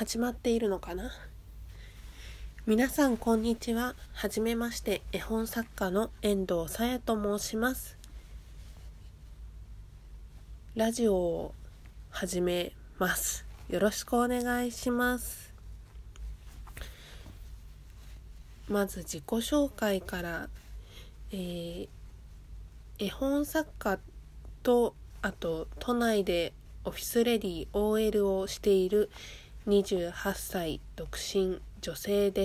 始まっているのかな。皆さんこんにちは。はじめまして、絵本作家の遠藤さやと申します。ラジオを始めます。よろしくお願いします。まず自己紹介から、絵本作家とあと都内でオフィスレディ OL をしている28歳独身女性です。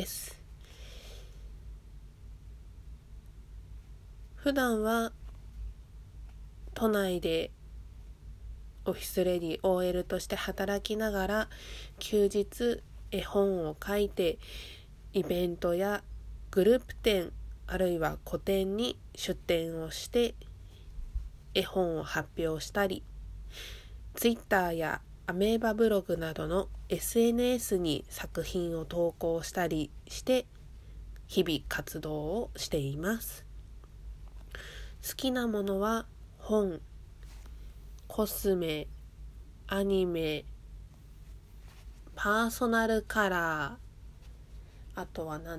普段は都内でオフィスレディ OL として働きながら休日絵本を書いてイベントやグループ展あるいは個展に出展をして絵本を発表したり、Twitter やアメーバブログなどの SNS に作品を投稿したりして日々活動をしています。好きなものは本、コスメ、アニメ、パーソナルカラー、あとは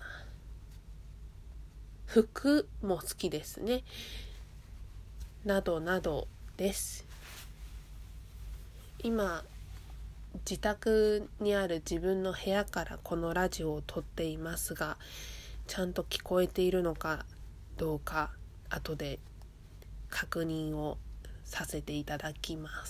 服も好きですね。などなどです。今、自宅にある自分の部屋からこのラジオを撮っていますが、ちゃんと聞こえているのかどうか後で確認をさせていただきます。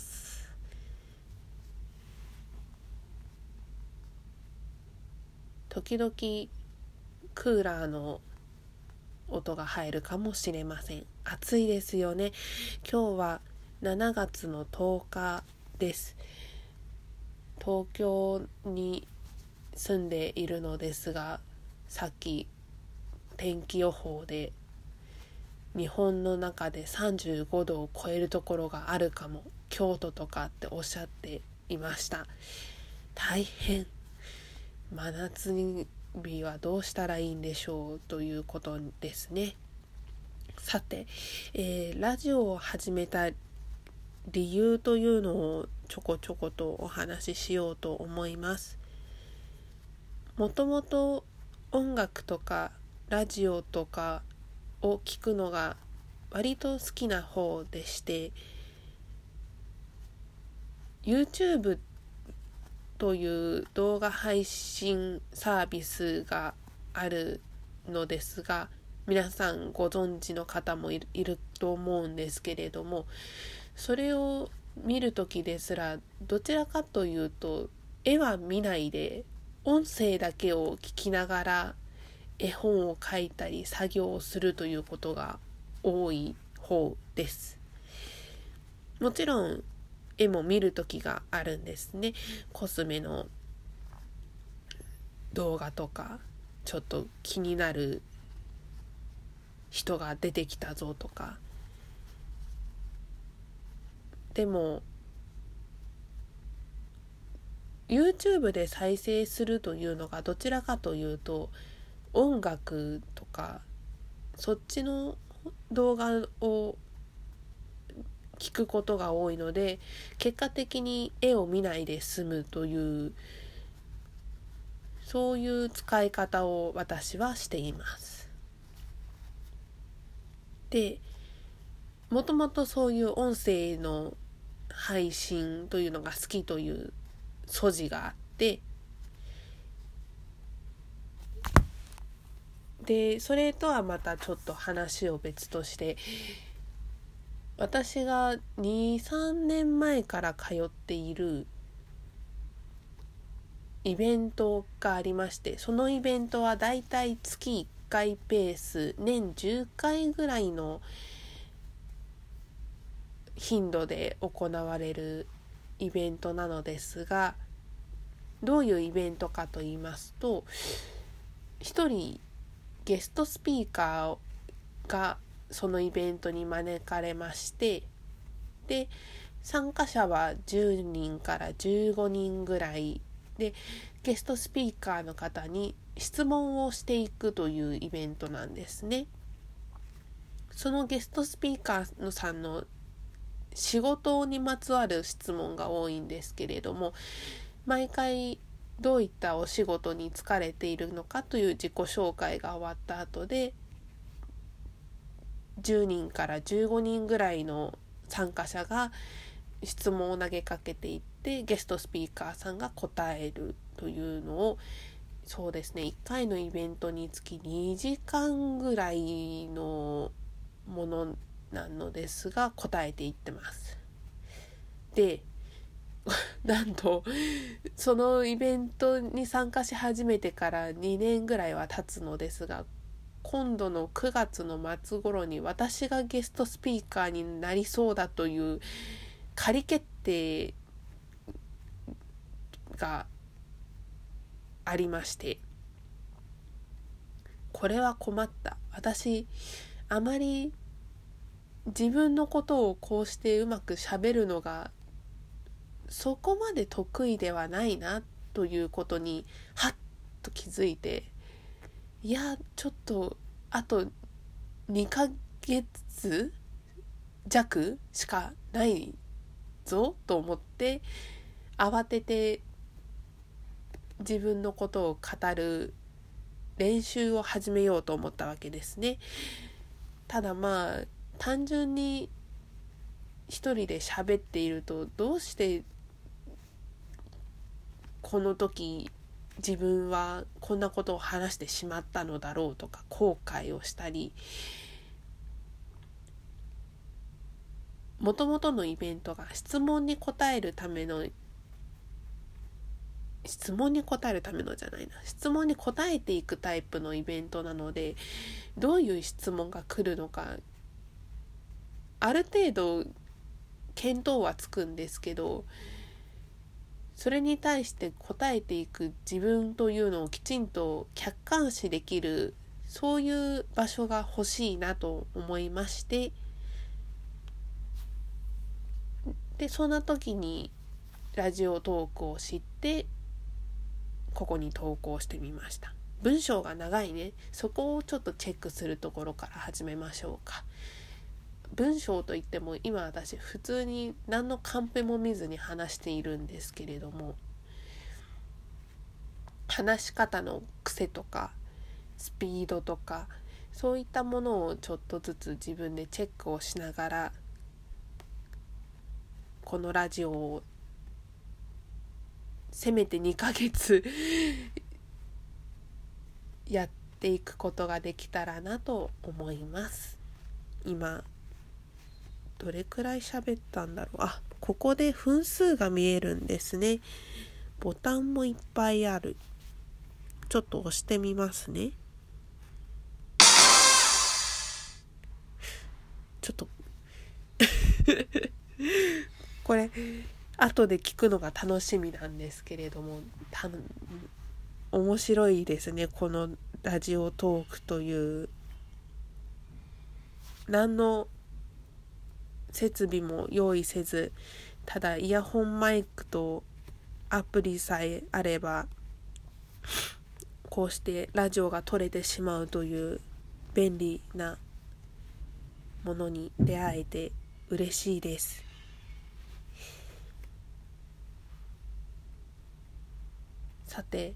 時々クーラーの音が入るかもしれません。暑いですよね。今日は7月の10日です。東京に住んでいるのですが、さっき天気予報で日本の中で35度を超えるところがあるかも、京都とかっておっしゃっていました。大変。真夏日はどうしたらいいんでしょうということですね。さて、ラジオを始めた理由というのをちょこちょことお話ししようと思います。もともと音楽とかラジオとかを聞くのが割と好きな方でして、 YouTube という動画配信サービスがあるのですが、皆さんご存知の方もいると思うんですけれども、それを見るときですらどちらかというと絵は見ないで音声だけを聞きながら絵本を描いたり作業をするということが多い方です。もちろん絵も見るときがあるんですね。コスメの動画とか、ちょっと気になる人が出てきたぞとか。でも YouTube で再生するというのがどちらかというと音楽とかそっちの動画を聞くことが多いので、結果的に絵を見ないで済むというそういう使い方を私はしています。で、もともとそういう音声の配信というのが好きという素地があって、でそれとはまたちょっと話を別として、私が 2,3 年前から通っているイベントがありまして、そのイベントはだいたい月1回ペース、年10回ぐらいの頻度で行われるイベントなのですが、どういうイベントかと言いますと、一人ゲストスピーカーがそのイベントに招かれまして、で参加者は10人から15人ぐらいで、ゲストスピーカーの方に質問をしていくというイベントなんですね。そのゲストスピーカーさんの仕事にまつわる質問が多いんですけれども、毎回どういったお仕事に就かれているのかという自己紹介が終わった後で、10人から15人ぐらいの参加者が質問を投げかけていって、ゲストスピーカーさんが答えるというのを、そうですね、1回のイベントにつき2時間ぐらいのものなのですが、答えていってます。でなんとそのイベントに参加し始めてから2年ぐらいは経つのですが、今度の9月の末頃に私がゲストスピーカーになりそうだという仮決定がありまして、これは困った。私あまり自分のことをこうしてうまく喋るのがそこまで得意ではないなということにはっと気づいて、いやちょっとあと2ヶ月弱しかないぞと思って慌てて自分のことを語る練習を始めようと思ったわけですね。ただ単純に一人で喋っていると、どうしてこの時自分はこんなことを話してしまったのだろうとか後悔をしたり、もともとのイベントが質問に答えるための質問に答えていくタイプのイベントなので、どういう質問が来るのかある程度見当はつくんですけど、それに対して答えていく自分というのをきちんと客観視できる、そういう場所が欲しいなと思いまして、でそんな時にラジオトークを知ってここに投稿してみました。文章が長いね。そこをちょっとチェックするところから始めましょうか。文章といっても今私普通に何のカンペも見ずに話しているんですけれども、話し方の癖とかスピードとかそういったものをちょっとずつ自分でチェックをしながら、このラジオをせめて2ヶ月やっていくことができたらなと思います。今どれくらい喋ったんだろう。ここで分数が見えるんですね。ボタンもいっぱいある。ちょっと押してみますね。ちょっとこれ後で聞くのが楽しみなんですけれども、面白いですね。このラジオトークという何の設備も用意せず、ただイヤホンマイクとアプリさえあればこうしてラジオが撮れてしまうという便利なものに出会えて嬉しいです。さて、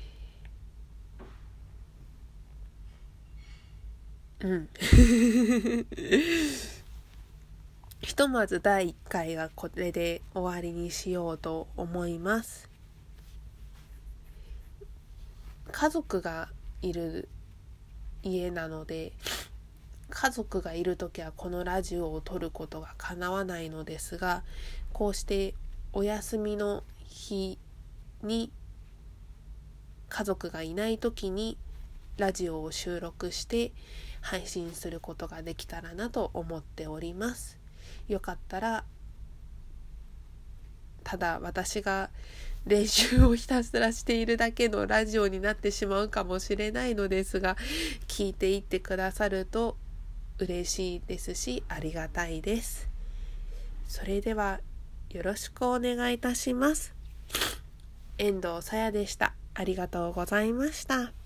ひとまず第1回はこれで終わりにしようと思います。家族がいる家なので、家族がいるときはこのラジオを撮ることが叶わないのですが、こうしてお休みの日に家族がいないときにラジオを収録して配信することができたらなと思っております。よかったら、ただ私が練習をひたすらしているだけのラジオになってしまうかもしれないのですが、聞いていってくださると嬉しいですし、ありがたいです。それではよろしくお願いいたします。遠藤さやでした。ありがとうございました。